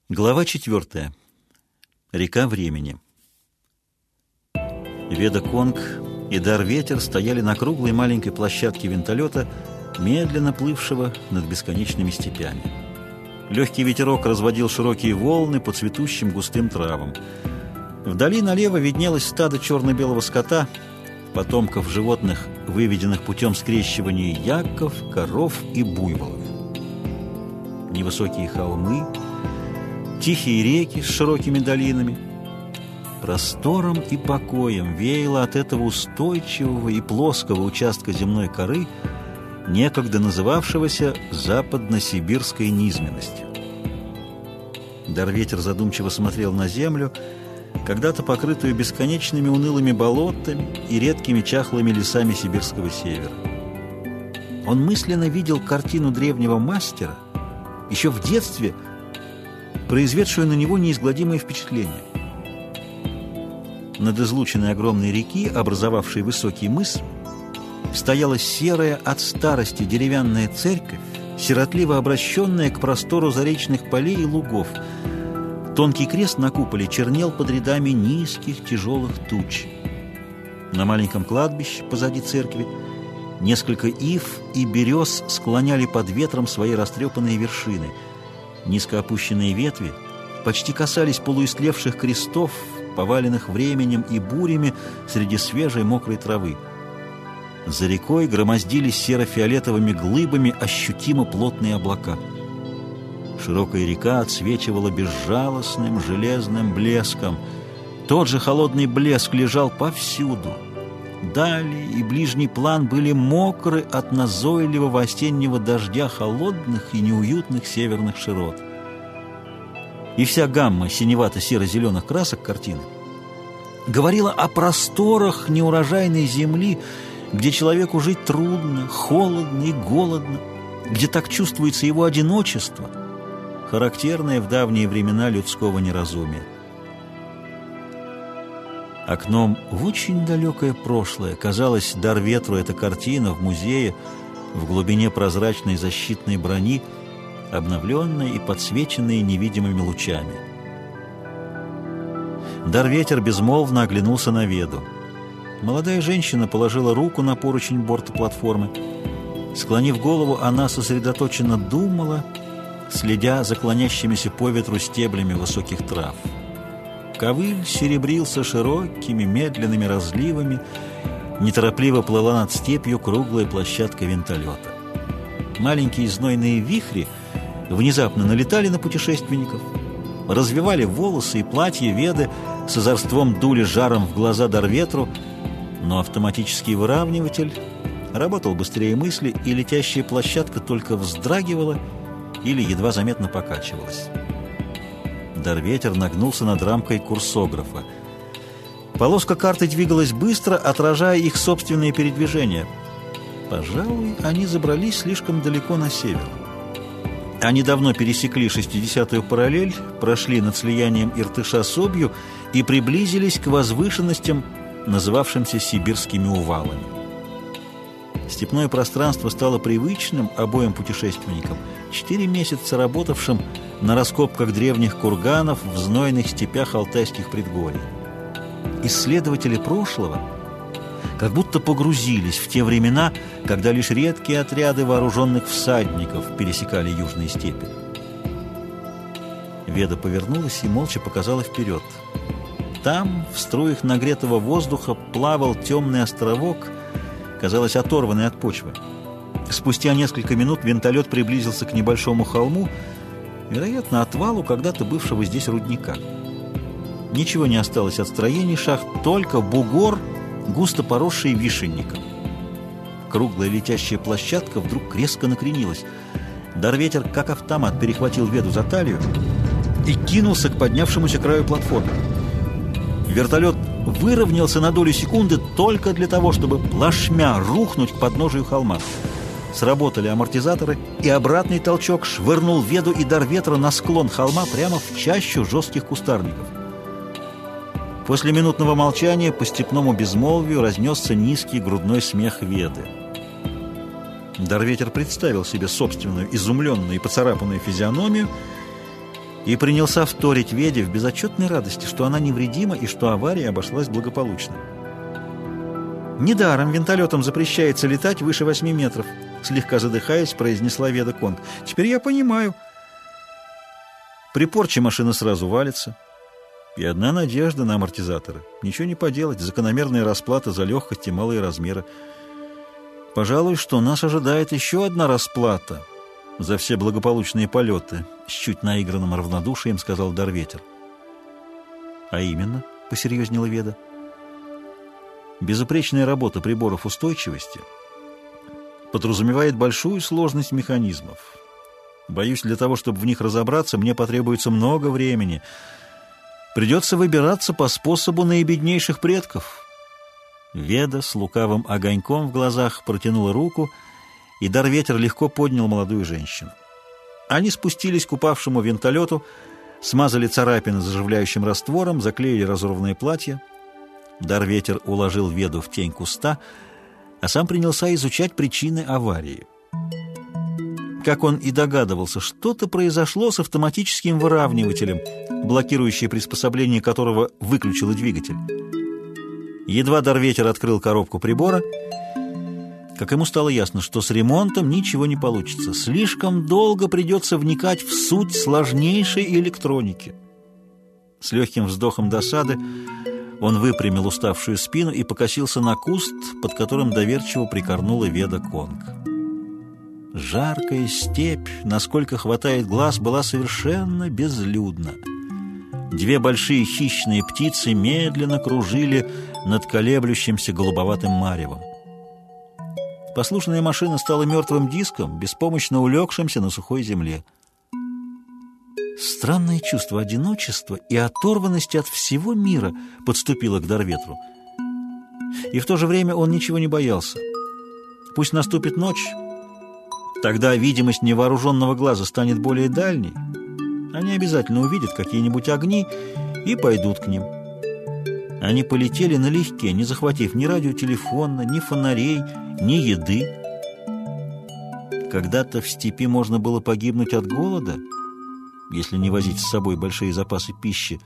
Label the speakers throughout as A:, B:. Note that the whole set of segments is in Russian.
A: Глава 4. Река времени. Веда Конг и Дар Ветер стояли на круглой маленькой площадке винтолета, медленно плывшего над бесконечными степями. Легкий ветерок разводил широкие волны по цветущим густым травам. Вдали налево виднелось стадо черно-белого скота, потомков животных, выведенных путем скрещивания яков, коров и буйволов. Невысокие холмы, тихие реки с широкими долинами. Простором и покоем веяло от этого устойчивого и плоского участка земной коры, некогда называвшегося западно-сибирской низменностью. Дар Ветер задумчиво смотрел на землю, когда-то покрытую бесконечными унылыми болотами и редкими чахлыми лесами сибирского севера. Он мысленно видел картину древнего мастера, еще в детстве произведшую на него неизгладимое впечатление. Над излучиной огромной реки, образовавшей высокий мыс, стояла серая от старости деревянная церковь, сиротливо обращенная к простору заречных полей и лугов. Тонкий крест на куполе чернел под рядами низких тяжелых туч. На маленьком кладбище позади церкви несколько ив и берез склоняли под ветром свои растрепанные вершины. Низко опущенные ветви почти касались полуистлевших крестов, поваленных временем и бурями среди свежей мокрой травы. За рекой громоздились серо-фиолетовыми глыбами ощутимо плотные облака. Широкая река отсвечивала безжалостным железным блеском. Тот же холодный блеск лежал повсюду. Дали и ближний план были мокры от назойливого осеннего дождя холодных и неуютных северных широт. И вся гамма синевато-серо-зеленых красок картины говорила о просторах неурожайной земли, где человеку жить трудно, холодно и голодно, где так чувствуется его одиночество, характерное в давние времена людского неразумия. Окном в очень далекое прошлое казалось Дар Ветру эта картина в музее в глубине прозрачной защитной брони, обновленная и подсвеченная невидимыми лучами. Дар Ветер безмолвно оглянулся на Веду. Молодая женщина положила руку на поручень борта платформы. Склонив голову, она сосредоточенно думала, следя за клонящимися по ветру стеблями высоких трав. Ковыль серебрился широкими, медленными разливами, неторопливо плыла над степью круглая площадка винтолета. Маленькие знойные вихри внезапно налетали на путешественников, развивали волосы и платья Веды, с озорством дули жаром в глаза Дар Ветру, но автоматический выравниватель работал быстрее мысли, и летящая площадка только вздрагивала или едва заметно покачивалась. Дар Ветер нагнулся над рамкой курсографа. Полоска карты двигалась быстро, отражая их собственные передвижения. Пожалуй, они забрались слишком далеко на север. Они давно пересекли 60-ю параллель, прошли над слиянием Иртыша с Обью и приблизились к возвышенностям, называвшимся Сибирскими увалами. Степное пространство стало привычным обоим путешественникам, 4 месяца работавшим на раскопках древних курганов в знойных степях алтайских предгорий. Исследователи прошлого как будто погрузились в те времена, когда лишь редкие отряды вооруженных всадников пересекали южные степи. Веда повернулась и молча показала вперед. Там, в струях нагретого воздуха, плавал темный островок, казалось, оторванный от почвы. Спустя несколько минут винтолет приблизился к небольшому холму, вероятно, отвалу когда-то бывшего здесь рудника. Ничего не осталось от строений шахт, только бугор, густо поросший вишенником. Круглая летящая площадка вдруг резко накренилась. Дар Ветер, как автомат, перехватил Веду за талию и кинулся к поднявшемуся краю платформы. Вертолет выровнялся на долю секунды только для того, чтобы плашмя рухнуть к подножию холма. Сработали амортизаторы, и обратный толчок швырнул Веду и Дар Ветра на склон холма прямо в чащу жестких кустарников. После минутного молчания по степному безмолвию разнесся низкий грудной смех Веды. Дар Ветер представил себе собственную изумленную и поцарапанную физиономию и принялся вторить Веде в безотчетной радости, что она невредима и что авария обошлась благополучно. «Недаром винтолетам запрещается летать выше 8 метров», слегка задыхаясь, произнесла Веда Конг. «Теперь я понимаю». При порче машина сразу валится. И одна надежда на амортизаторы. Ничего не поделать, закономерная расплата за легкость и малые размеры. Пожалуй, что нас ожидает еще одна расплата за все благополучные полеты, с чуть наигранным равнодушием сказал Дарветер. А именно, посерьезнела Веда, безупречная работа приборов устойчивости подразумевает большую сложность механизмов. Боюсь, для того, чтобы в них разобраться, мне потребуется много времени. Придется выбираться по способу наибеднейших предков. Веда с лукавым огоньком в глазах протянула руку, и Дарветер легко поднял молодую женщину. Они спустились к упавшему винтолету, смазали царапины заживляющим раствором, заклеили разорванное платье. Дарветер уложил Веду в тень куста, а сам принялся изучать причины аварии. Как он и догадывался, что-то произошло с автоматическим выравнивателем, блокирующее приспособление которого выключило двигатель. Едва Дарветер открыл коробку прибора, как ему стало ясно, что с ремонтом ничего не получится. Слишком долго придется вникать в суть сложнейшей электроники. С легким вздохом досады он выпрямил уставшую спину и покосился на куст, под которым доверчиво прикорнула Веда Конг. Жаркая степь, насколько хватает глаз, была совершенно безлюдна. Две большие хищные птицы медленно кружили над колеблющимся голубоватым маревом. Послушная машина стала мертвым диском, беспомощно улегшимся на сухой земле. Странное чувство одиночества и оторванности от всего мира подступило к Дарветру. И в то же время он ничего не боялся. Пусть наступит ночь, тогда видимость невооруженного глаза станет более дальней. Они обязательно увидят какие-нибудь огни и пойдут к ним. Они полетели налегке, не захватив ни радиотелефона, ни фонарей, ни еды. Когда-то в степи можно было погибнуть от голода, если не возить с собой большие запасы пищи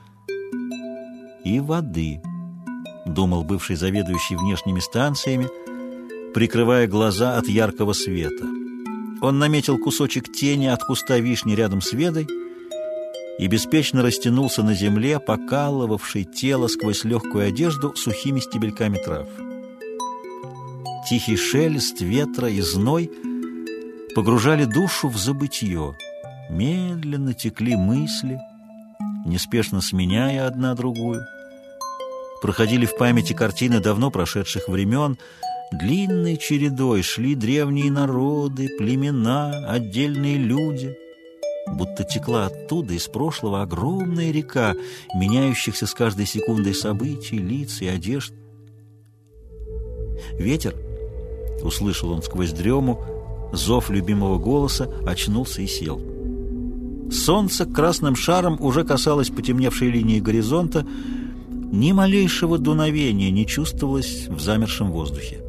A: и воды, думал бывший заведующий внешними станциями, прикрывая глаза от яркого света. Он наметил кусочек тени от куста вишни рядом с Ведой и беспечно растянулся на земле, покалывавшей тело сквозь легкую одежду сухими стебельками трав. Тихий шелест ветра и зной погружали душу в забытье. Медленно текли мысли, неспешно сменяя одна другую. Проходили в памяти картины давно прошедших времен. Длинной чередой шли древние народы, племена, отдельные люди. Будто текла оттуда, из прошлого, огромная река, меняющихся с каждой секундой событий, лиц и одежд. «Ветер!» — услышал он сквозь дрему, зов любимого голоса, очнулся и сел. Солнце красным шаром уже касалось потемневшей линии горизонта, ни малейшего дуновения не чувствовалось в замершем воздухе.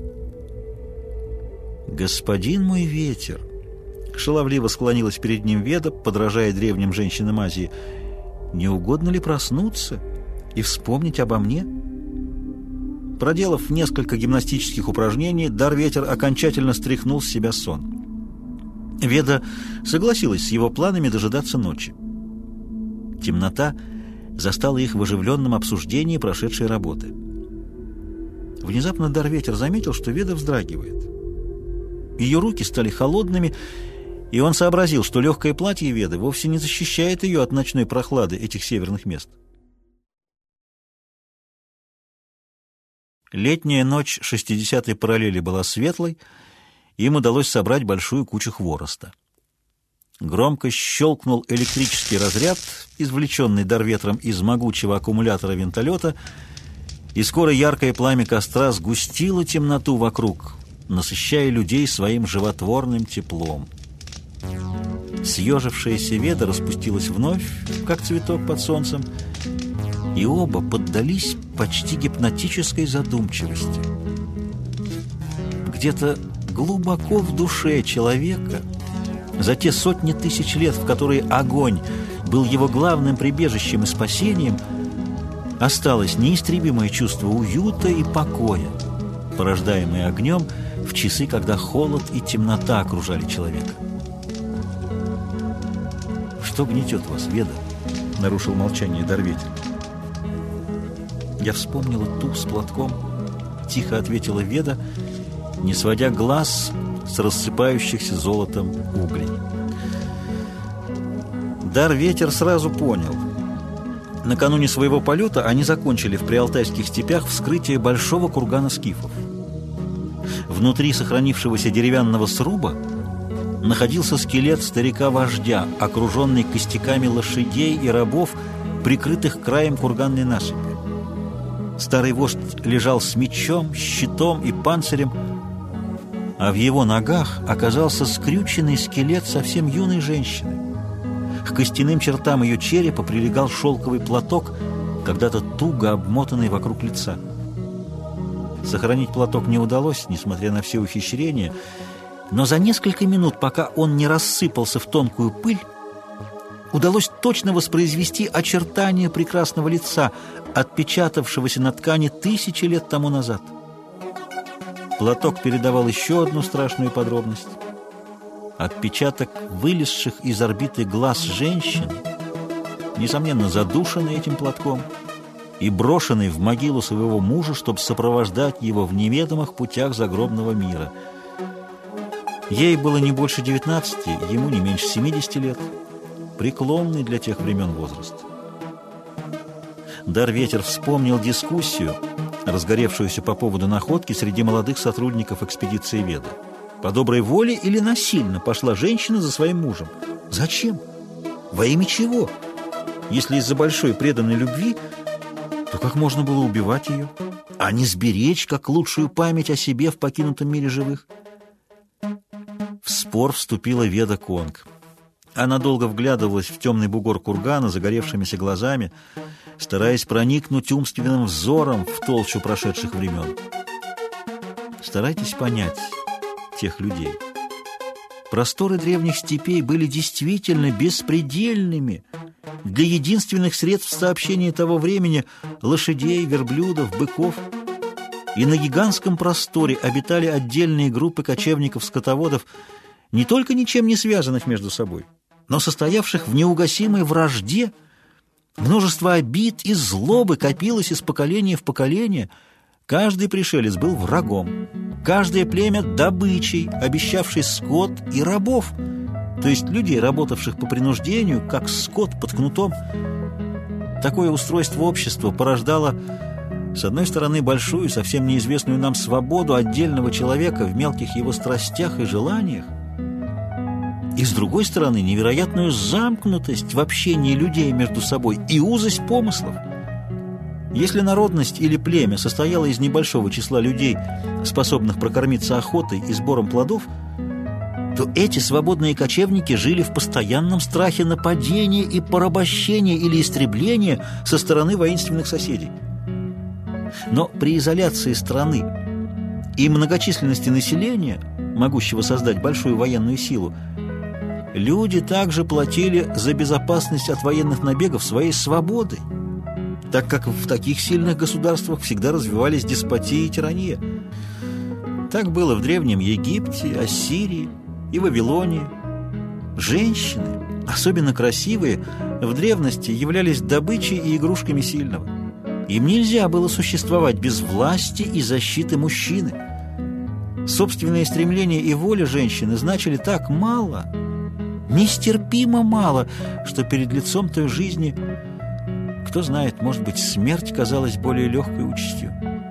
A: «Господин мой ветер!» — шаловливо склонилась перед ним Веда, подражая древним женщинам Азии. «Не угодно ли проснуться и вспомнить обо мне?» Проделав несколько гимнастических упражнений, Дарветер окончательно стряхнул с себя сон. Веда согласилась с его планами дожидаться ночи. Темнота застала их в оживленном обсуждении прошедшей работы. Внезапно Дарветер заметил, что Веда вздрагивает. Ее руки стали холодными, и он сообразил, что легкое платье Веды вовсе не защищает ее от ночной прохлады этих северных мест. Летняя ночь 60-й параллели была светлой, им удалось собрать большую кучу хвороста. Громко щелкнул электрический разряд, извлеченный Дарветром из могучего аккумулятора винтолета, и скоро яркое пламя костра сгустило темноту вокруг, насыщая людей своим животворным теплом. Съежившаяся Веда распустилась вновь, как цветок под солнцем, и оба поддались почти гипнотической задумчивости. Где-то глубоко в душе человека, за те сотни тысяч лет, в которые огонь был его главным прибежищем и спасением, осталось неистребимое чувство уюта и покоя, порождаемое огнем в часы, когда холод и темнота окружали человека. «Что гнетет вас, Веда?» — нарушил молчание Дарветер. «Я вспомнила ту с платком», — тихо ответила Веда, не сводя глаз с рассыпающихся золотом углей. Дарветер сразу понял. Накануне своего полета они закончили в приалтайских степях вскрытие большого кургана скифов. Внутри сохранившегося деревянного сруба находился скелет старика-вождя, окруженный костяками лошадей и рабов, прикрытых краем курганной насыпи. Старый вождь лежал с мечом, щитом и панцирем, а в его ногах оказался скрюченный скелет совсем юной женщины. К костяным чертам ее черепа прилегал шелковый платок, когда-то туго обмотанный вокруг лица. Сохранить платок не удалось, несмотря на все ухищрения, но за несколько минут, пока он не рассыпался в тонкую пыль, удалось точно воспроизвести очертания прекрасного лица, отпечатавшегося на ткани тысячи лет тому назад. Платок передавал еще одну страшную подробность. Отпечаток вылезших из орбиты глаз женщины, несомненно задушенный этим платком и брошенный в могилу своего мужа, чтобы сопровождать его в неведомых путях загробного мира. Ей было не больше 19, ему не меньше 70 лет. Преклонный для тех времен возраст. Дарветер вспомнил дискуссию, разгоревшуюся по поводу находки среди молодых сотрудников экспедиции Веды. По доброй воле или насильно пошла женщина за своим мужем? Зачем? Во имя чего? Если из-за большой преданной любви, то как можно было убивать ее, а не сберечь как лучшую память о себе в покинутом мире живых? В спор вступила Веда Конг. Она долго вглядывалась в темный бугор кургана загоревшимися глазами, стараясь проникнуть умственным взором в толщу прошедших времен. Старайтесь понять тех людей. Просторы древних степей были действительно беспредельными для единственных средств сообщения того времени — лошадей, верблюдов, быков. И на гигантском просторе обитали отдельные группы кочевников-скотоводов, не только ничем не связанных между собой, но состоявших в неугасимой вражде. Множество обид и злобы копилось из поколения в поколение. Каждый пришелец был врагом, каждое племя — добычей, обещавшей скот и рабов, то есть людей, работавших по принуждению, как скот под кнутом. Такое устройство общества порождало, с одной стороны, большую, совсем неизвестную нам свободу отдельного человека в мелких его страстях и желаниях, и, с другой стороны, невероятную замкнутость в общении людей между собой и узость помыслов. Если народность или племя состояло из небольшого числа людей, способных прокормиться охотой и сбором плодов, то эти свободные кочевники жили в постоянном страхе нападения и порабощения или истребления со стороны воинственных соседей. Но при изоляции страны и многочисленности населения, могущего создать большую военную силу, люди также платили за безопасность от военных набегов своей свободой, так как в таких сильных государствах всегда развивались деспотия и тирания. Так было в Древнем Египте, Ассирии и Вавилонии. Женщины, особенно красивые, в древности являлись добычей и игрушками сильного. Им нельзя было существовать без власти и защиты мужчины. Собственные стремления и воля женщины значили так мало, нестерпимо мало, что перед лицом той жизни, кто знает, может быть, смерть казалась более легкой участью.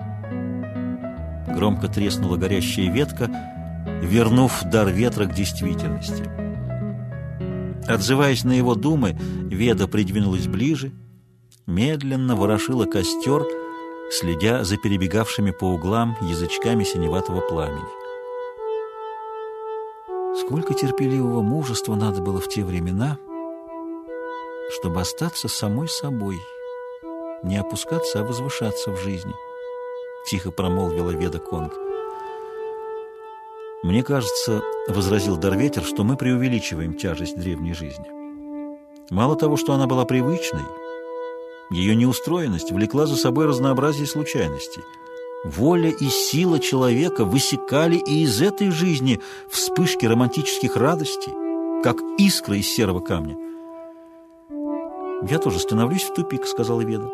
A: Громко треснула горящая ветка, вернув дар ветра к действительности. Отзываясь на его думы, Веда придвинулась ближе, медленно ворошила костер, следя за перебегавшими по углам язычками синеватого пламени. Сколько терпеливого мужества надо было в те времена, чтобы остаться самой собой, не опускаться, а возвышаться в жизни, — тихо промолвила Веда Конг. «Мне кажется, — возразил Дарветер, — что мы преувеличиваем тяжесть древней жизни. Мало того, что она была привычной, ее неустроенность влекла за собой разнообразие случайностей. Воля и сила человека высекали и из этой жизни вспышки романтических радостей, как искры из серого камня. «Я тоже становлюсь в тупик», — сказала Веда.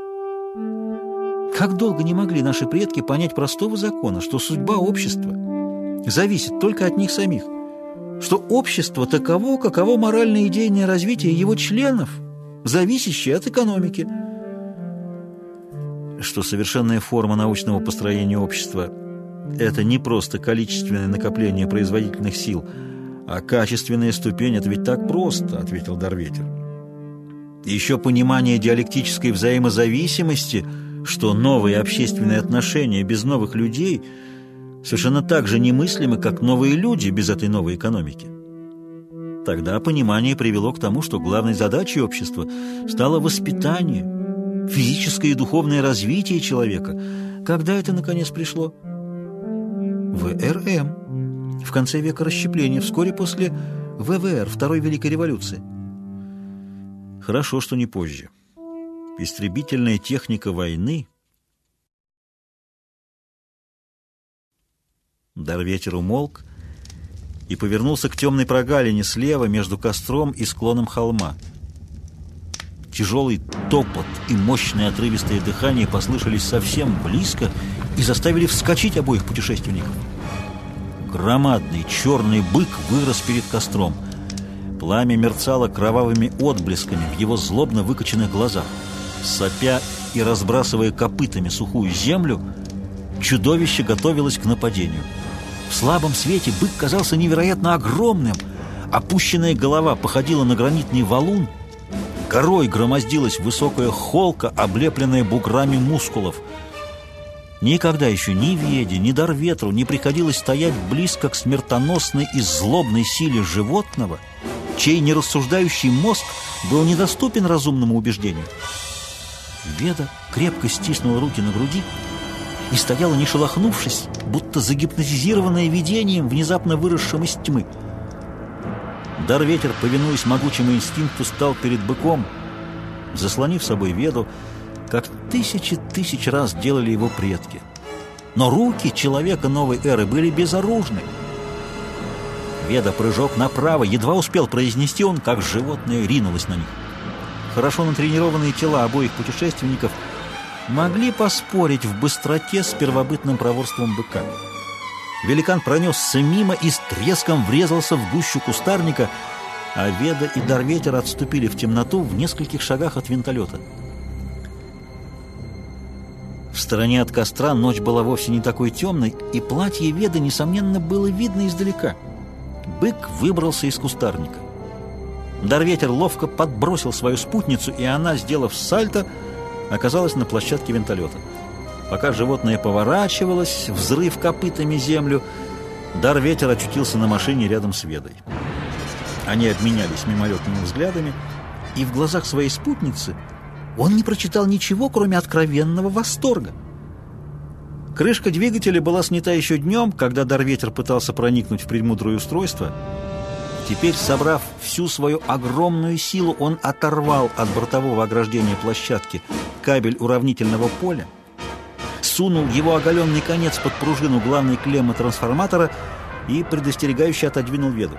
A: «Как долго не могли наши предки понять простого закона, что судьба общества зависит только от них самих, что общество таково, каково морально-идейное развитие его членов, зависящее от экономики, что совершенная форма научного построения общества – это не просто количественное накопление производительных сил, а качественная ступень – это ведь так просто», – ответил Дарветер. «Еще понимание диалектической взаимозависимости, что новые общественные отношения без новых людей совершенно так же немыслимы, как новые люди без этой новой экономики. Тогда понимание привело к тому, что главной задачей общества стало воспитание, физическое и духовное развитие человека. Когда это, наконец, пришло? В РМ, в конце века расщепления, вскоре после ВВР, Второй Великой революции. Хорошо, что не позже. Истребительная техника войны. Дарветер умолк и повернулся к темной прогалине слева между костром и склоном холма. Тяжелый топот и мощное отрывистое дыхание послышались совсем близко и заставили вскочить обоих путешественников. Громадный черный бык вырос перед костром. Пламя мерцало кровавыми отблесками в его злобно выкоченных глазах. Сопя и разбрасывая копытами сухую землю, чудовище готовилось к нападению. В слабом свете бык казался невероятно огромным. Опущенная голова походила на гранитный валун. Горой громоздилась высокая холка, облепленная буграми мускулов. Никогда еще ни Веде, ни Дарветру не приходилось стоять близко к смертоносной и злобной силе животного, чей нерассуждающий мозг был недоступен разумному убеждению. Веда крепко стиснула руки на груди и стояла, не шелохнувшись, будто загипнотизированная видением, внезапно выросшим из тьмы. Дарветер, повинуясь могучему инстинкту, стал перед быком, заслонив собой Веду, как тысячи тысяч раз делали его предки. Но руки человека новой эры были безоружны. Веда прыжок направо едва успел произнести он, как животное ринулось на них. Хорошо натренированные тела обоих путешественников могли поспорить в быстроте с первобытным проворством быка. Великан пронесся мимо и с треском врезался в гущу кустарника, а Веда и Дарветер отступили в темноту в нескольких шагах от винтолета. В стороне от костра ночь была вовсе не такой темной, и платье Веды, несомненно, было видно издалека. Бык выбрался из кустарника. Дарветер ловко подбросил свою спутницу, и она, сделав сальто, оказалась на площадке винтолета. Пока животное поворачивалось, взрыв копытами землю, Дарветер очутился на машине рядом с Ведой. Они обменялись мимолетными взглядами, и в глазах своей спутницы он не прочитал ничего, кроме откровенного восторга. Крышка двигателя была снята еще днем, когда Дарветер пытался проникнуть в премудрое устройство. Теперь, собрав всю свою огромную силу, он оторвал от бортового ограждения площадки кабель уравнительного поля, сунул его оголенный конец под пружину главной клеммы трансформатора и предостерегающе отодвинул Веду.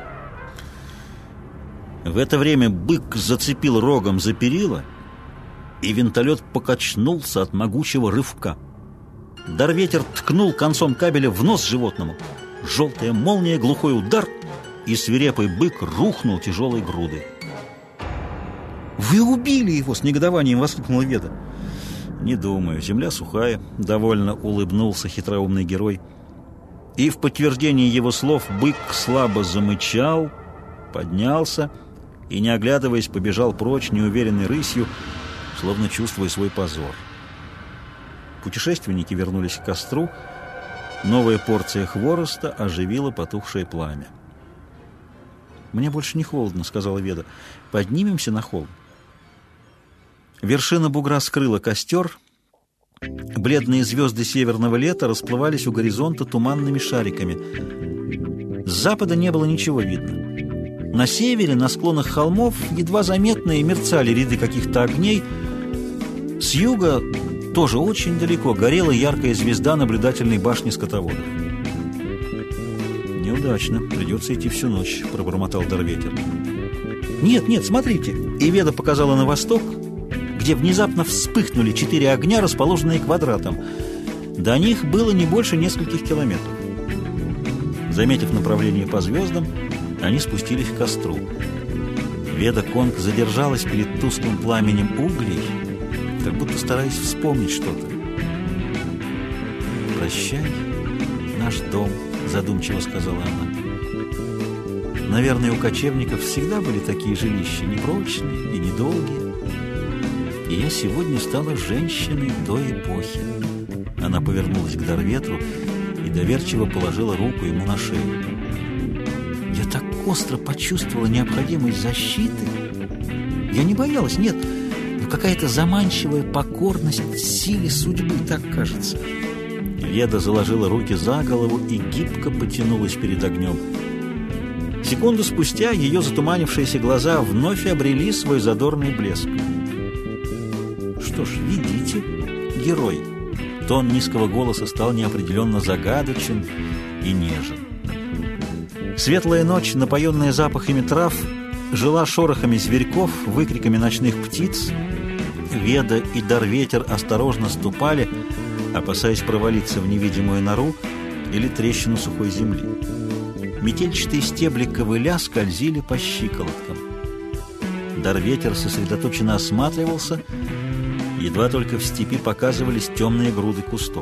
A: В это время бык зацепил рогом за перила, и винтолет покачнулся от могучего рывка. Дарветер ткнул концом кабеля в нос животному. Желтая молния, глухой удар, и свирепый бык рухнул тяжелой грудой. «Вы убили его!» — с негодованием воскликнула Веда. «Не думаю, земля сухая», — довольно улыбнулся хитроумный герой. И в подтверждение его слов бык слабо замычал, поднялся и, не оглядываясь, побежал прочь неуверенной рысью, словно чувствуя свой позор. Путешественники вернулись к костру. Новая порция хвороста оживила потухшее пламя. «Мне больше не холодно», — сказала Веда. «Поднимемся на холм». Вершина бугра скрыла костер. Бледные звезды северного лета расплывались у горизонта туманными шариками. С запада не было ничего видно. На севере, на склонах холмов, едва заметные мерцали ряды каких-то огней. С юга, тоже очень далеко, горела яркая звезда наблюдательной башни скотоводов. «Неудачно. Придется идти всю ночь», — пробормотал Дарветер. «Нет, нет, смотрите!» И Веда показала на восток, где внезапно вспыхнули 4 огня, расположенные квадратом. До них было не больше нескольких километров. Заметив направление по звездам, они спустились к костру. Веда Конг задержалась перед тусклым пламенем углей, как будто стараясь вспомнить что-то. «Прощай, наш дом», — задумчиво сказала она. «Наверное, у кочевников всегда были такие жилища, непрочные и недолгие. И я сегодня стала женщиной той эпохи». Она повернулась к Дарветру и доверчиво положила руку ему на шею. «Я так остро почувствовала необходимость защиты. Я не боялась, нет, но какая-то заманчивая покорность силе судьбы, так кажется». Веда заложила руки за голову и гибко потянулась перед огнем. Секунду спустя ее затуманившиеся глаза вновь обрели свой задорный блеск. «Что ж, видите, герой». Тон низкого голоса стал неопределенно загадочен и нежен. Светлая ночь, напоенная запахами трав, жила шорохами зверьков, выкриками ночных птиц. Веда и Дарветер осторожно ступали, опасаясь провалиться в невидимую нору или трещину сухой земли. Метельчатые стебли ковыля скользили по щиколоткам. Дарветер сосредоточенно осматривался. Едва только в степи показывались темные груды кустов.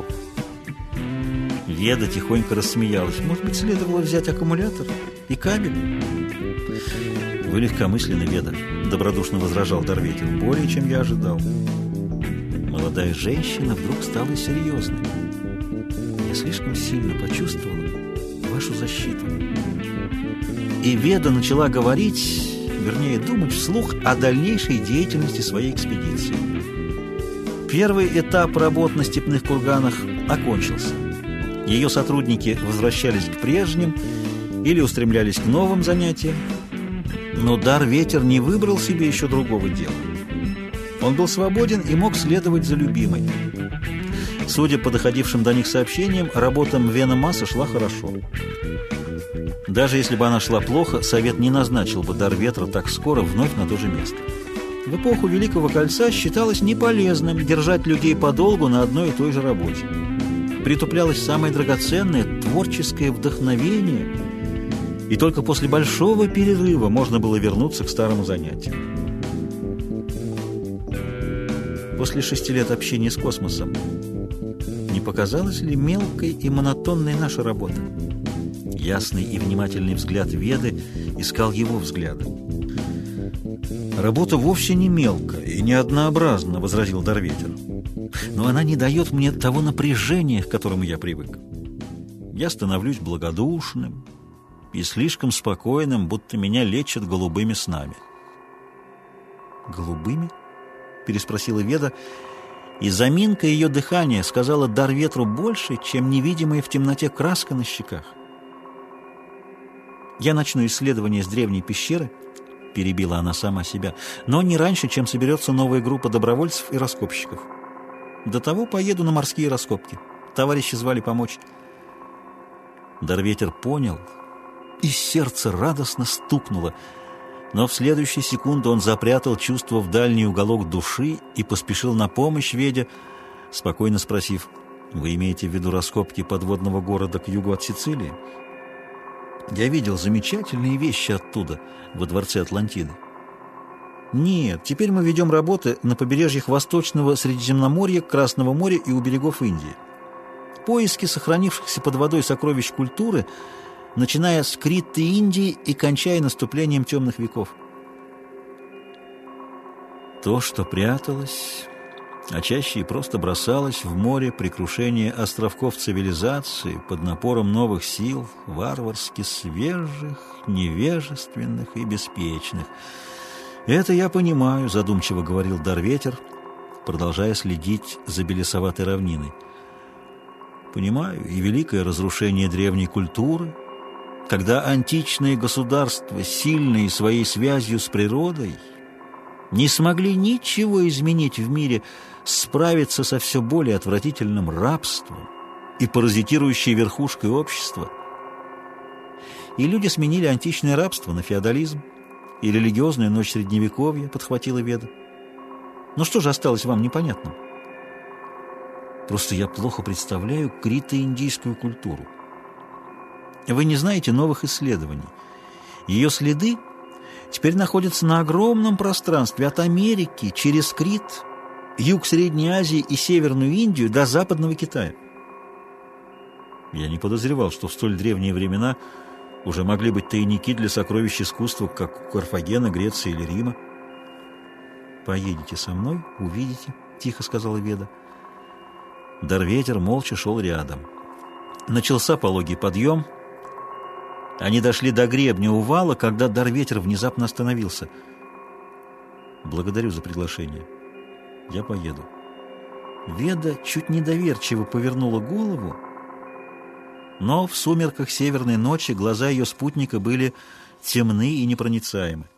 A: Веда тихонько рассмеялась. «Может быть, следовало взять аккумулятор и кабель?» «Вы легкомысленны, Веда», — добродушно возражал Дарветер. «Более, чем я ожидал». Молодая женщина вдруг стала серьезной. «Я слишком сильно почувствовала вашу защиту». И Веда начала говорить, вернее, думать вслух о дальнейшей деятельности своей экспедиции. Первый этап работ на степных курганах окончился. Ее сотрудники возвращались к прежним или устремлялись к новым занятиям. Но Дарветер не выбрал себе еще другого дела. Он был свободен и мог следовать за любимой. Судя по доходившим до них сообщениям, работа Мвена Масса шла хорошо. Даже если бы она шла плохо, совет не назначил бы Дарветра так скоро вновь на то же место. В эпоху Великого Кольца считалось неполезным держать людей подолгу на одной и той же работе. Притуплялось самое драгоценное – творческое вдохновение, и только после большого перерыва можно было вернуться к старому занятию. После 6 лет общения с космосом не показалась ли мелкой и монотонной наша работа? Ясный и внимательный взгляд Веды искал его взгляда. «Работа вовсе не мелкая и не однообразна», — возразил Дарветер. «Но она не дает мне того напряжения, к которому я привык. Я становлюсь благодушным и слишком спокойным, будто меня лечат голубыми снами». «Голубыми?» — переспросила Веда, и заминка ее дыхания сказала Дарветру больше, чем невидимая в темноте краска на щеках. «Я начну исследование с древней пещеры», — перебила она сама себя, «но не раньше, чем соберется новая группа добровольцев и раскопщиков. До того поеду на морские раскопки. Товарищи звали помочь». Дарветер понял, и сердце радостно стукнуло, но в следующую секунду он запрятал чувство в дальний уголок души и поспешил на помощь Веде, спокойно спросив: «Вы имеете в виду раскопки подводного города к югу от Сицилии? Я видел замечательные вещи оттуда, во дворце Атлантиды». «Нет, теперь мы ведем работы на побережьях Восточного Средиземноморья, Красного моря и у берегов Индии. Поиски сохранившихся под водой сокровищ культуры, начиная с Критты Индии и кончая наступлением темных веков». То, что пряталось, а чаще и просто бросалось в море при крушении островков цивилизации под напором новых сил, варварски свежих, невежественных и беспечных. «Это я понимаю», — задумчиво говорил Дарветер, продолжая следить за белесоватой равниной. «Понимаю и великое разрушение древней культуры, когда античные государства, сильные своей связью с природой, не смогли ничего изменить в мире, справиться со все более отвратительным рабством и паразитирующей верхушкой общества. И люди сменили античное рабство на феодализм и религиозную ночь Средневековья, подхватила Веда. Ну что же осталось вам непонятным? Просто я плохо представляю крито-индийскую культуру. Вы не знаете новых исследований. Ее следы теперь находятся на огромном пространстве от Америки через Крит, юг Средней Азии и Северную Индию до Западного Китая. Я не подозревал, что в столь древние времена уже могли быть тайники для сокровищ искусства, как у Карфагена, Греции или Рима. «Поедете со мной, увидите», — тихо сказала Веда. Дарветер молча шел рядом. Начался пологий подъем. Они дошли до гребня увала, когда Дарветер внезапно остановился. «Благодарю за приглашение. Я поеду». Веда чуть недоверчиво повернула голову, но в сумерках северной ночи глаза ее спутника были темны и непроницаемы.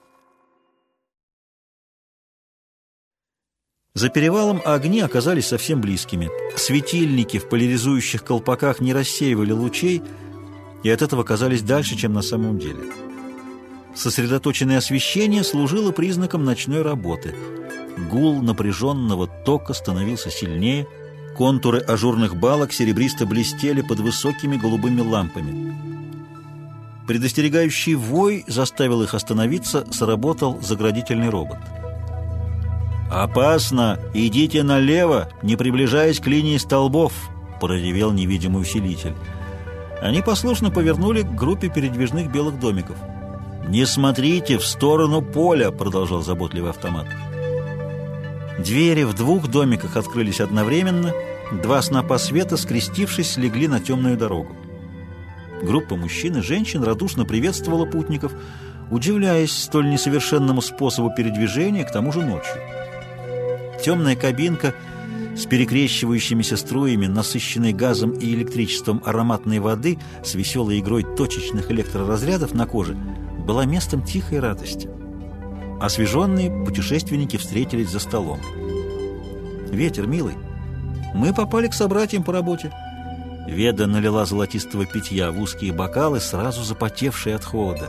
A: За перевалом огни оказались совсем близкими. Светильники в поляризующих колпаках не рассеивали лучей, и от этого казались дальше, чем на самом деле. Сосредоточенное освещение служило признаком ночной работы. Гул напряженного тока становился сильнее, контуры ажурных балок серебристо блестели под высокими голубыми лампами. Предостерегающий вой заставил их остановиться, сработал заградительный робот. «Опасно! Идите налево, не приближаясь к линии столбов!» — проревел невидимый усилитель. Они послушно повернули к группе передвижных белых домиков. «Не смотрите в сторону поля!» — продолжал заботливый автомат. Двери в 2 домиках открылись одновременно, 2 снопа света, скрестившись, легли на темную дорогу. Группа мужчин и женщин радушно приветствовала путников, удивляясь столь несовершенному способу передвижения, к тому же ночью. Темная кабинка с перекрещивающимися струями, насыщенной газом и электричеством ароматной воды с веселой игрой точечных электроразрядов на коже, была местом тихой радости. Освеженные путешественники встретились за столом. «Ветер, милый, мы попали к собратьям по работе». Веда налила золотистого питья в узкие бокалы, сразу запотевшие от холода.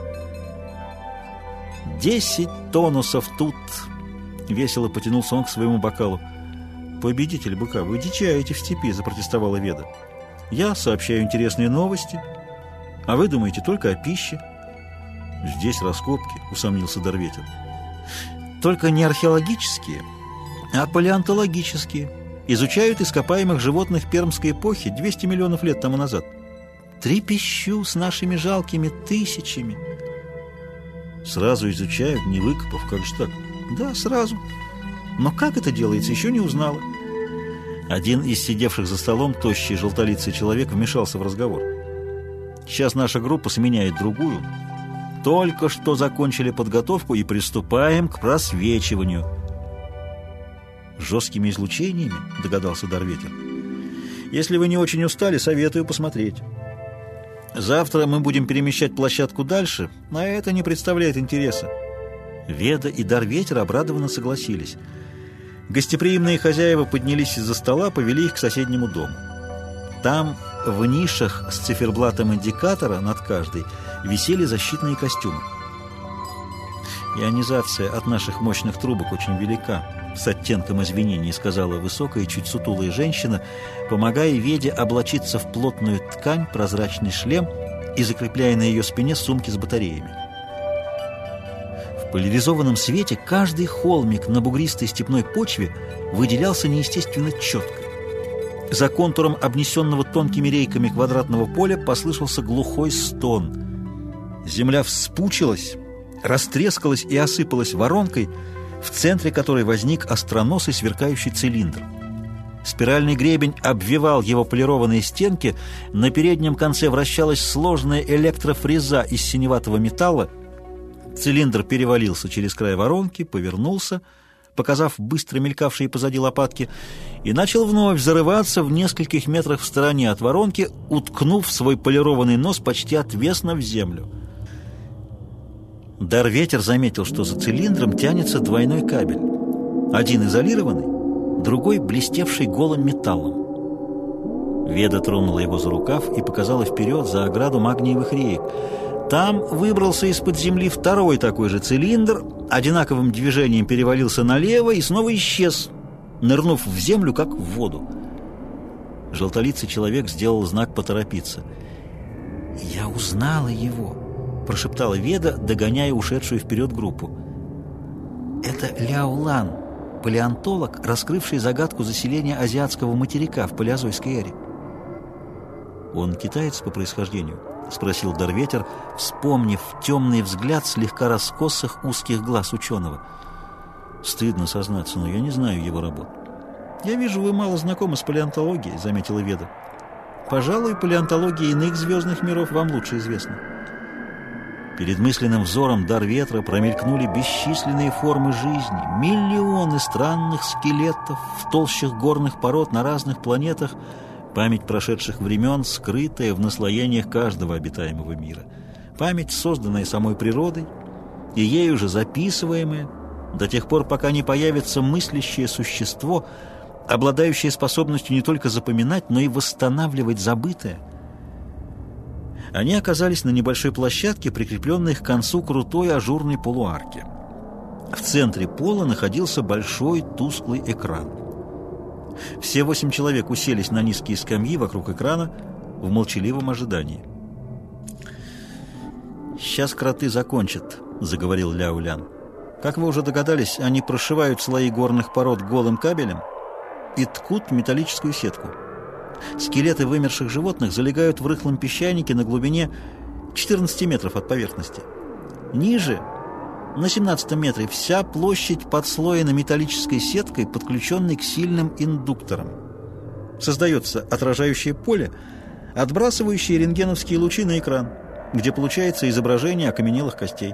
A: 10 тонусов тут!» — весело потянулся он к своему бокалу. «Победитель быка, вы дичаете в степи», — запротестовала Веда. «Я сообщаю интересные новости, а вы думаете только о пище». «Здесь раскопки», — усомнился Дарветер. «Только не археологические, а палеонтологические. Изучают ископаемых животных пермской эпохи 200 миллионов лет тому назад. Трепещу с нашими жалкими тысячами». «Сразу изучают, не выкопав, как же так?» «Да, сразу. Но как это делается, еще не узнала». Один из сидевших за столом, тощий желтолицый человек, вмешался в разговор. «Сейчас наша группа сменяет другую. Только что закончили подготовку и приступаем к просвечиванию». «Жесткими излучениями?» — догадался Дарветер. «Если вы не очень устали, советую посмотреть. Завтра мы будем перемещать площадку дальше, а это не представляет интереса». Веда и Дарветер обрадованно согласились. Гостеприимные хозяева поднялись из-за стола, повели их к соседнему дому. Там, в нишах с циферблатом индикатора над каждой, висели защитные костюмы. «Ионизация от наших мощных трубок очень велика», — с оттенком извинений сказала высокая, чуть сутулая женщина, помогая Веде облачиться в плотную ткань, прозрачный шлем и закрепляя на ее спине сумки с батареями. В поляризованном свете каждый холмик на бугристой степной почве выделялся неестественно четко. За контуром обнесенного тонкими рейками квадратного поля послышался глухой стон. Земля вспучилась, растрескалась и осыпалась воронкой, в центре которой возник остроносый сверкающий цилиндр. Спиральный гребень обвивал его полированные стенки, на переднем конце вращалась сложная электрофреза из синеватого металла. Цилиндр перевалился через край воронки, повернулся, показав быстро мелькавшие позади лопатки, и начал вновь зарываться в нескольких метрах в стороне от воронки, уткнув свой полированный нос почти отвесно в землю. Дарветер заметил, что за цилиндром тянется двойной кабель. Один изолированный, другой блестевший голым металлом. Веда тронула его за рукав и показала вперед за ограду магниевых реек. Там выбрался из-под земли второй такой же цилиндр, одинаковым движением перевалился налево и снова исчез, нырнув в землю, как в воду. Желтолицый человек сделал знак поторопиться. «Я узнала его», — прошептала Веда, догоняя ушедшую вперед группу. «Это Ляо Лан, палеонтолог, раскрывший загадку заселения азиатского материка в палеозойской эре». «Он китаец по происхождению?» — спросил Дарветер, вспомнив темный взгляд слегка раскосых узких глаз ученого. «Стыдно сознаться, но я не знаю его работ». «Я вижу, вы мало знакомы с палеонтологией», — заметила Веда. «Пожалуй, палеонтология иных звездных миров вам лучше известна». Перед мысленным взором Дарветра промелькнули бесчисленные формы жизни, миллионы странных скелетов в толщах горных пород на разных планетах, память прошедших времен, скрытая в наслоениях каждого обитаемого мира. Память, созданная самой природой, и ею же записываемая до тех пор, пока не появится мыслящее существо, обладающее способностью не только запоминать, но и восстанавливать забытое. Они оказались на небольшой площадке, прикрепленной к концу крутой ажурной полуарки. В центре пола находился большой тусклый экран. Все 8 человек уселись на низкие скамьи вокруг экрана в молчаливом ожидании. «Сейчас кроты закончат», — заговорил Ляо Лян. «Как вы уже догадались, они прошивают слои горных пород голым кабелем и ткут металлическую сетку. Скелеты вымерших животных залегают в рыхлом песчанике на глубине 14 метров от поверхности. Ниже, на 17 метре, вся площадь подслоена металлической сеткой, подключенной к сильным индукторам. Создается отражающее поле, отбрасывающее рентгеновские лучи на экран, где получается изображение окаменелых костей.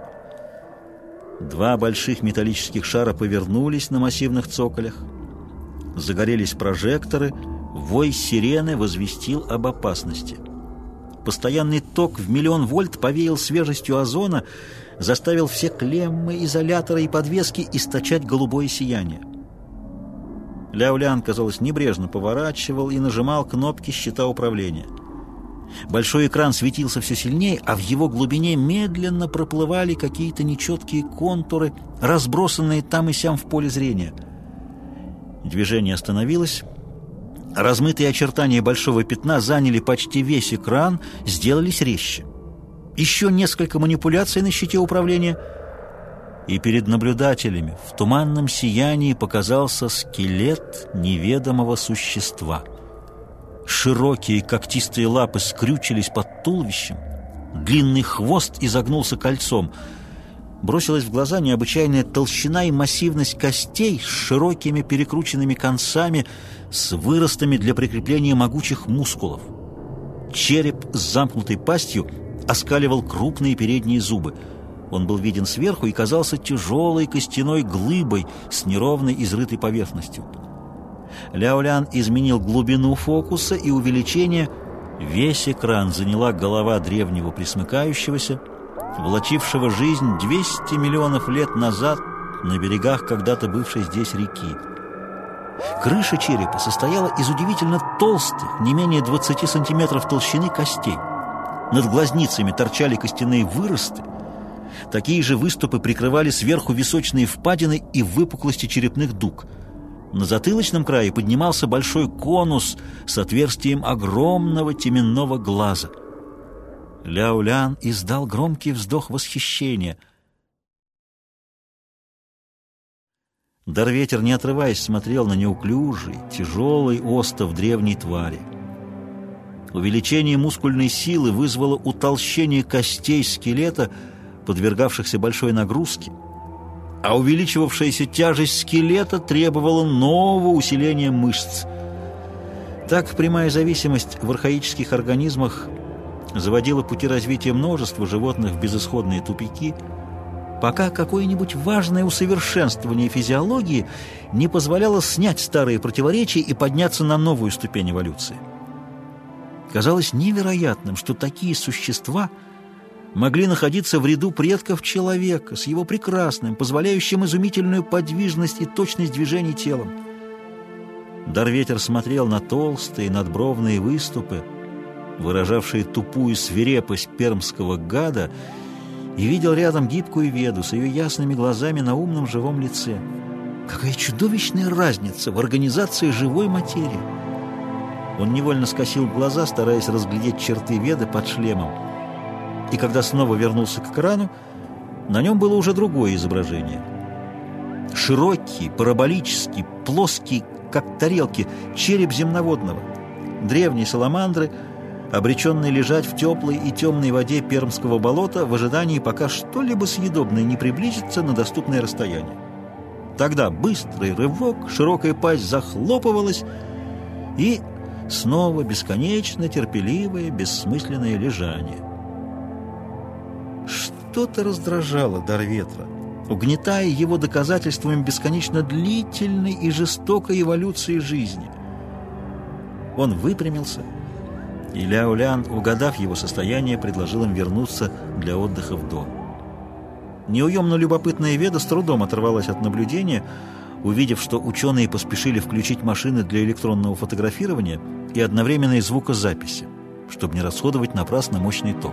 A: 2 больших металлических шара повернулись на массивных цоколях. Загорелись прожекторы, вой сирены возвестил об опасности. Постоянный ток в 1 000 000 вольт повеял свежестью озона, заставил все клеммы, изоляторы и подвески источать голубое сияние. Ляо Лян, казалось, небрежно поворачивал и нажимал кнопки щита управления. Большой экран светился все сильнее, а в его глубине медленно проплывали какие-то нечеткие контуры, разбросанные там и сям в поле зрения. Движение остановилось. Размытые очертания большого пятна заняли почти весь экран, сделались резче. Еще несколько манипуляций на щите управления, и перед наблюдателями в туманном сиянии показался скелет неведомого существа. Широкие когтистые лапы скрючились под туловищем, длинный хвост изогнулся кольцом. Бросилась в глаза необычайная толщина и массивность костей с широкими перекрученными концами, с выростами для прикрепления могучих мускулов. Череп с замкнутой пастью оскаливал крупные передние зубы. Он был виден сверху и казался тяжелой костяной глыбой с неровной изрытой поверхностью. Ляо Лян изменил глубину фокуса и увеличение. Весь экран заняла голова древнего пресмыкающегося, влачившего жизнь 200 миллионов лет назад на берегах когда-то бывшей здесь реки. Крыша черепа состояла из удивительно толстых, не менее 20 сантиметров толщины костей. Над глазницами торчали костяные выросты. Такие же выступы прикрывали сверху височные впадины и выпуклости черепных дуг. На затылочном крае поднимался большой конус с отверстием огромного теменного глаза. Ляо Лян издал громкий вздох восхищения. Дарветер, не отрываясь, смотрел на неуклюжий, тяжелый остов древней твари. Увеличение мускульной силы вызвало утолщение костей скелета, подвергавшихся большой нагрузке, а увеличивавшаяся тяжесть скелета требовала нового усиления мышц. Так прямая зависимость в архаических организмах заводила пути развития множества животных в безысходные тупики. пока какое-нибудь важное усовершенствование физиологии не позволяло снять старые противоречия и подняться на новую ступень эволюции. Казалось невероятным, что такие существа могли находиться в ряду предков человека с его прекрасным, позволяющим изумительную подвижность и точность движений телом. Дарветер смотрел на толстые надбровные выступы, выражавшие тупую свирепость пермского гада, и видел рядом гибкую Веду с ее ясными глазами на умном живом лице. Какая чудовищная разница в организации живой материи! Он невольно скосил глаза, стараясь разглядеть черты Веды под шлемом. И когда снова вернулся к экрану, на нем было уже другое изображение. Широкий, параболический, плоский, как тарелки, череп земноводного, древней саламандры, обреченный лежать в теплой и темной воде пермского болота в ожидании, пока что-либо съедобное не приблизится на доступное расстояние. Тогда быстрый рывок, широкая пасть захлопывалась, и снова бесконечно терпеливое, бессмысленное лежание. Что-то раздражало Дарветра, угнетая его доказательствами бесконечно длительной и жестокой эволюции жизни. Он выпрямился, и Ляолян, угадав его состояние, предложил им вернуться для отдыха в дом. Неуемно любопытная Веда с трудом оторвалась от наблюдения, увидев, что ученые поспешили включить машины для электронного фотографирования и одновременной звукозаписи, чтобы не расходовать напрасно мощный ток.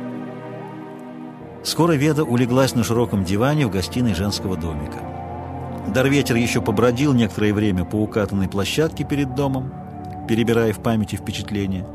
A: Скоро Веда улеглась на широком диване в гостиной женского домика. Дарветер еще побродил некоторое время по укатанной площадке перед домом, перебирая в памяти впечатления.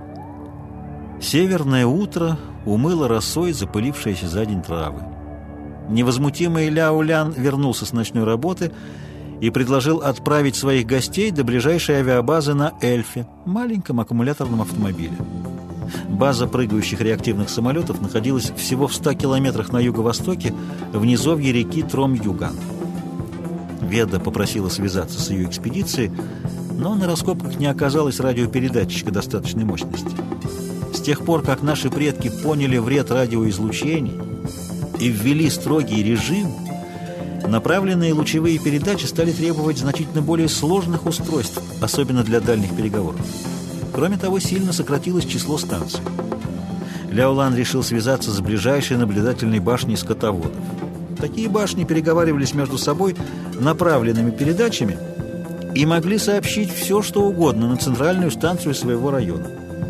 A: Северное утро умыло росой запылившиеся за день травы. Невозмутимый Ляолян вернулся с ночной работы и предложил отправить своих гостей до ближайшей авиабазы на Эльфе, маленьком аккумуляторном автомобиле. База прыгающих реактивных самолетов находилась всего в 100 километрах на юго-востоке, в низовье реки Тром-Юган. Веда попросила связаться с ее экспедицией, но на раскопках не оказалось радиопередатчика достаточной мощности. С тех пор, как наши предки поняли вред радиоизлучений и ввели строгий режим, направленные лучевые передачи стали требовать значительно более сложных устройств, особенно для дальних переговоров. Кроме того, сильно сократилось число станций. Ляолан решил связаться с ближайшей наблюдательной башней скотоводов. Такие башни переговаривались между собой направленными передачами и могли сообщить все, что угодно на центральную станцию своего района.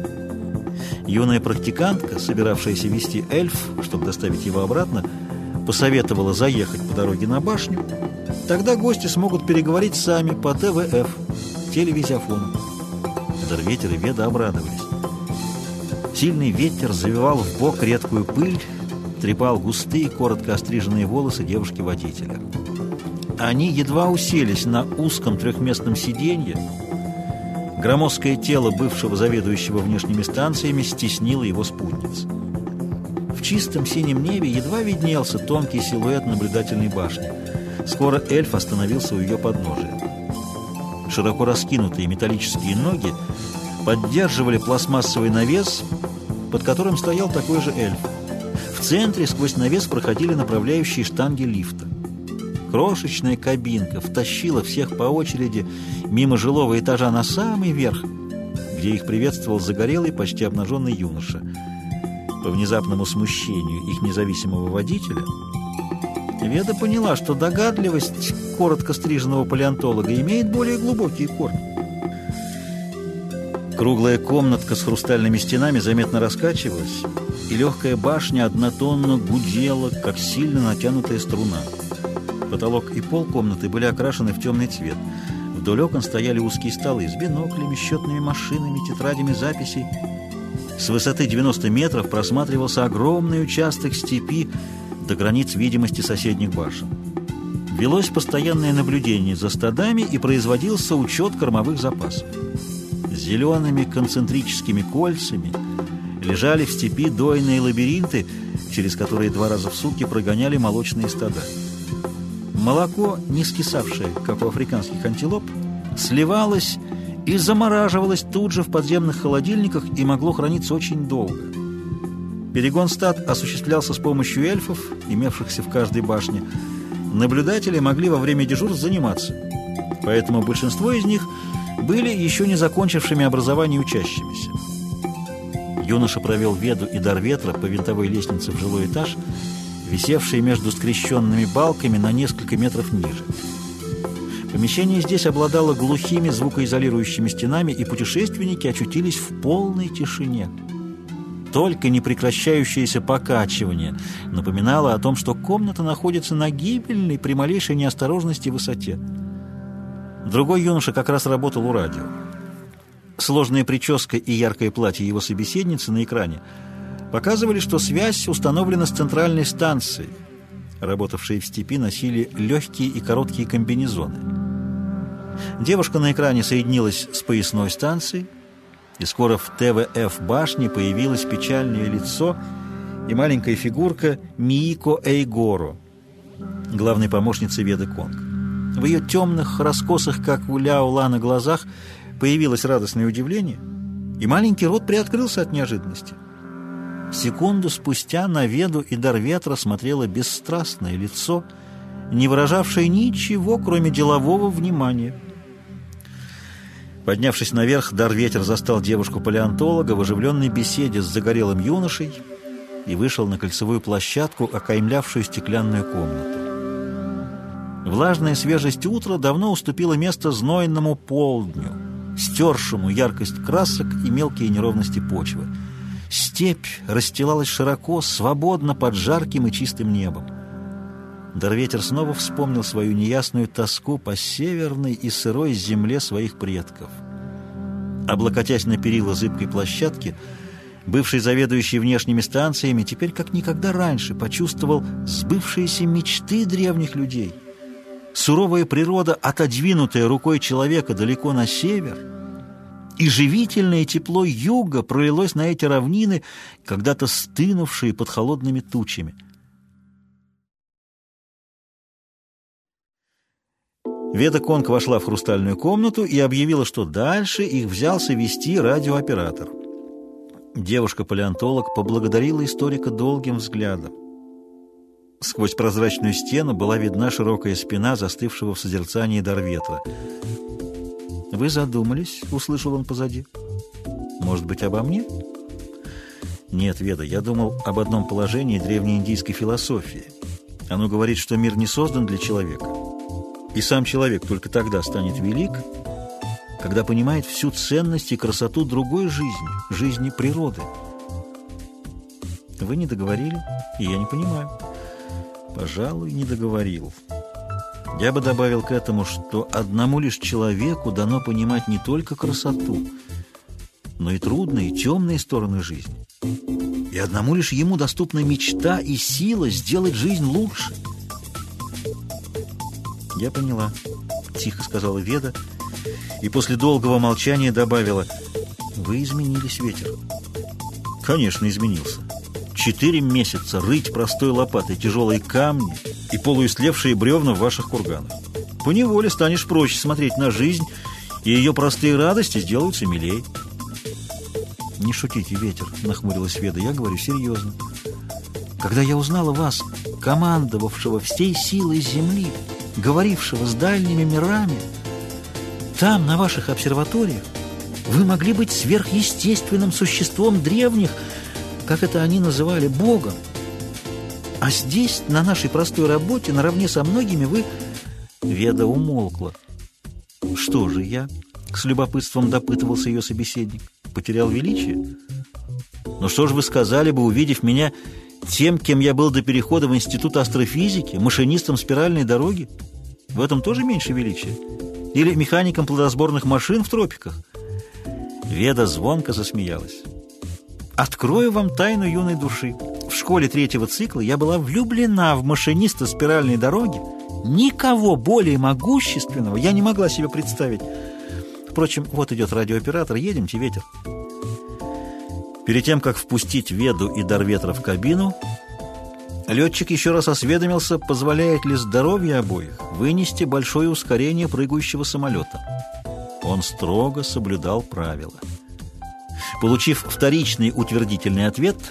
A: Юная практикантка, собиравшаяся вести Эльф, чтобы доставить его обратно, посоветовала заехать по дороге на башню. Тогда гости смогут переговорить сами по ТВФ, телевизиону. Дарветер и Веда обрадовались. Сильный ветер завивал в бок редкую пыль, трепал густые, коротко остриженные волосы девушки-водителя. Они едва уселись на узком трехместном сиденье. Громоздкое тело бывшего заведующего внешними станциями стеснило его спутниц. В чистом синем небе едва виднелся тонкий силуэт наблюдательной башни. Скоро Эльф остановился у ее подножия. Широко раскинутые металлические ноги поддерживали пластмассовый навес, под которым стоял такой же Эльф. В центре сквозь навес проходили направляющие штанги лифта. Крошечная кабинка втащила всех по очереди мимо жилого этажа на самый верх, где их приветствовал загорелый, почти обнаженный юноша. По внезапному смущению их независимого водителя Веда поняла, что догадливость коротко стриженного палеонтолога имеет более глубокие корни. Круглая комнатка с хрустальными стенами заметно раскачивалась, и легкая башня однотонно гудела, как сильно натянутая струна. Потолок и пол комнаты были окрашены в темный цвет. Вдоль окон стояли узкие столы с биноклями, счетными машинами, тетрадями записей. С высоты 90 метров просматривался огромный участок степи до границ видимости соседних башен. Велось постоянное наблюдение за стадами и производился учет кормовых запасов. Зелеными концентрическими кольцами лежали в степи дойные лабиринты, через которые 2 раза в сутки прогоняли молочные стада. Молоко, не скисавшее, как у африканских антилоп, сливалось и замораживалось тут же в подземных холодильниках и могло храниться очень долго. Перегон стад осуществлялся с помощью эльфов, имевшихся в каждой башне. Наблюдатели могли во время дежурств заниматься, поэтому большинство из них были еще не закончившими образование учащимися. Юноша провел Веду и Дарветра по винтовой лестнице в жилой этаж, висевшей между скрещенными балками на несколько метров ниже. Помещение здесь обладало глухими звукоизолирующими стенами, и путешественники очутились в полной тишине. Только непрекращающееся покачивание напоминало о том, что комната находится на гибельной при малейшей неосторожности высоте. Другой юноша как раз работал у радио. Сложная прическа и яркое платье его собеседницы на экране показывали, что связь установлена с центральной станцией. Работавшие в степи носили легкие и короткие комбинезоны. Девушка на экране соединилась с поясной станцией, и скоро в ТВФ башне появилось печальное лицо и маленькая фигурка Миико Эйгоро, главной помощницы Веды Конг. В ее темных раскосах, как у Ляо-Ла, на глазах появилось радостное удивление, и маленький рот приоткрылся от неожиданности. Секунду спустя на Веду и Дарветра смотрело бесстрастное лицо, не выражавшее ничего, кроме делового внимания. Поднявшись наверх, Дарветер застал девушку-палеонтолога в оживленной беседе с загорелым юношей и вышел на кольцевую площадку, окаймлявшую стеклянную комнату. Влажная свежесть утра давно уступила место знойному полдню, стершему яркость красок и мелкие неровности почвы. Степь расстилалась широко, свободно под жарким и чистым небом. Дарветер снова вспомнил свою неясную тоску по северной и сырой земле своих предков. Облокотясь на перила зыбкой площадки, бывший заведующий внешними станциями теперь как никогда раньше почувствовал сбывшиеся мечты древних людей. Суровая природа, отодвинутая рукой человека далеко на север, и живительное тепло юга пролилось на эти равнины, когда-то стынувшие под холодными тучами. Веда Конг вошла в хрустальную комнату и объявила, что дальше их взялся вести радиооператор. Девушка-палеонтолог поблагодарила историка долгим взглядом. Сквозь прозрачную стену была видна широкая спина застывшего в созерцании Дарветра. «Вы задумались?» — услышал он позади. «Может быть, обо мне?» «Нет, Веда, я думал об одном положении древнеиндийской философии. Оно говорит, что мир не создан для человека. И сам человек только тогда станет велик, когда понимает всю ценность и красоту другой жизни, жизни природы». «Вы не договорили, и я не понимаю». «Пожалуй, не договорил. Я бы добавил к этому, что одному лишь человеку дано понимать не только красоту, но и трудные, темные стороны жизни. И одному лишь ему доступна мечта и сила сделать жизнь лучше». «Я поняла», — тихо сказала Веда, и после долгого молчания добавила: «Вы изменились, Ветер». «Конечно, изменился. 4 месяца рыть простой лопатой тяжелые камни и полуистлевшие бревна в ваших курганах. Поневоле станешь проще смотреть на жизнь, и ее простые радости сделаются милей». «Не шутите, Ветер», — нахмурилась Веда, — «я говорю серьезно. Когда я узнала вас, командовавшего всей силой земли, говорившего с дальними мирами, там, на ваших обсерваториях, вы могли быть сверхъестественным существом древних, как это они называли, Богом. А здесь, на нашей простой работе, наравне со многими, вы...» Веда умолкла. «Что же я?» — с любопытством допытывался ее собеседник. «Потерял величие? Но что же вы сказали бы, увидев меня тем, кем я был до перехода в Институт астрофизики, машинистом спиральной дороги? В этом тоже меньше величия? Или механиком плодосборных машин в тропиках?» Веда звонко засмеялась. «Открою вам тайну юной души. В школе 3-го цикла я была влюблена в машиниста спиральной дороги. Никого более могущественного я не могла себе представить. Впрочем, вот идет радиооператор. Едемте, Ветер». Перед тем, как впустить Веду и Дарветра в кабину, летчик еще раз осведомился, позволяет ли здоровье обоих вынести большое ускорение прыгающего самолета. Он строго соблюдал правила. Получив вторичный утвердительный ответ,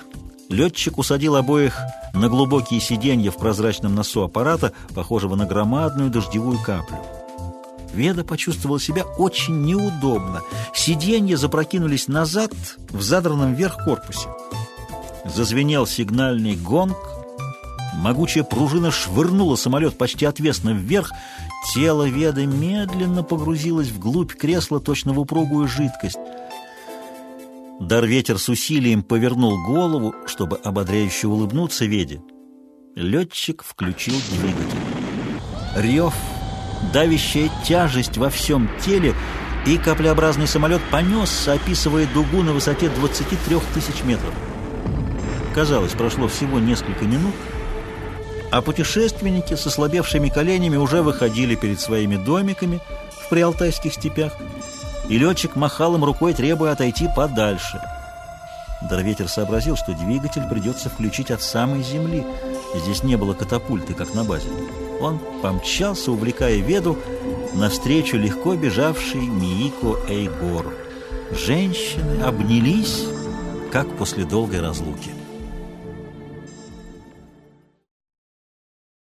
A: Летчик усадил обоих на глубокие сиденья в прозрачном носу аппарата, похожего на громадную дождевую каплю. Веда почувствовала себя очень неудобно. Сиденья запрокинулись назад в задранном вверх корпусе. Зазвенел сигнальный гонг. Могучая пружина швырнула самолет почти отвесно вверх. Тело Веды медленно погрузилось вглубь кресла, точно в упругую жидкость. Дарветер с усилием повернул голову, чтобы ободряюще улыбнуться Веде. Летчик включил двигатель. Рев, давящая тяжесть во всем теле, и каплеобразный самолет понесся, описывая дугу на высоте 23 тысяч метров. Казалось, прошло всего несколько минут, а путешественники с ослабевшими коленями уже выходили перед своими домиками в приалтайских степях, и летчик махал им рукой, требуя отойти подальше. Дарветер сообразил, что двигатель придется включить от самой земли. Здесь не было катапульты, как на базе. Он помчался, увлекая Веду, навстречу легко бежавшей Миико Эйгору. Женщины обнялись, как после долгой разлуки.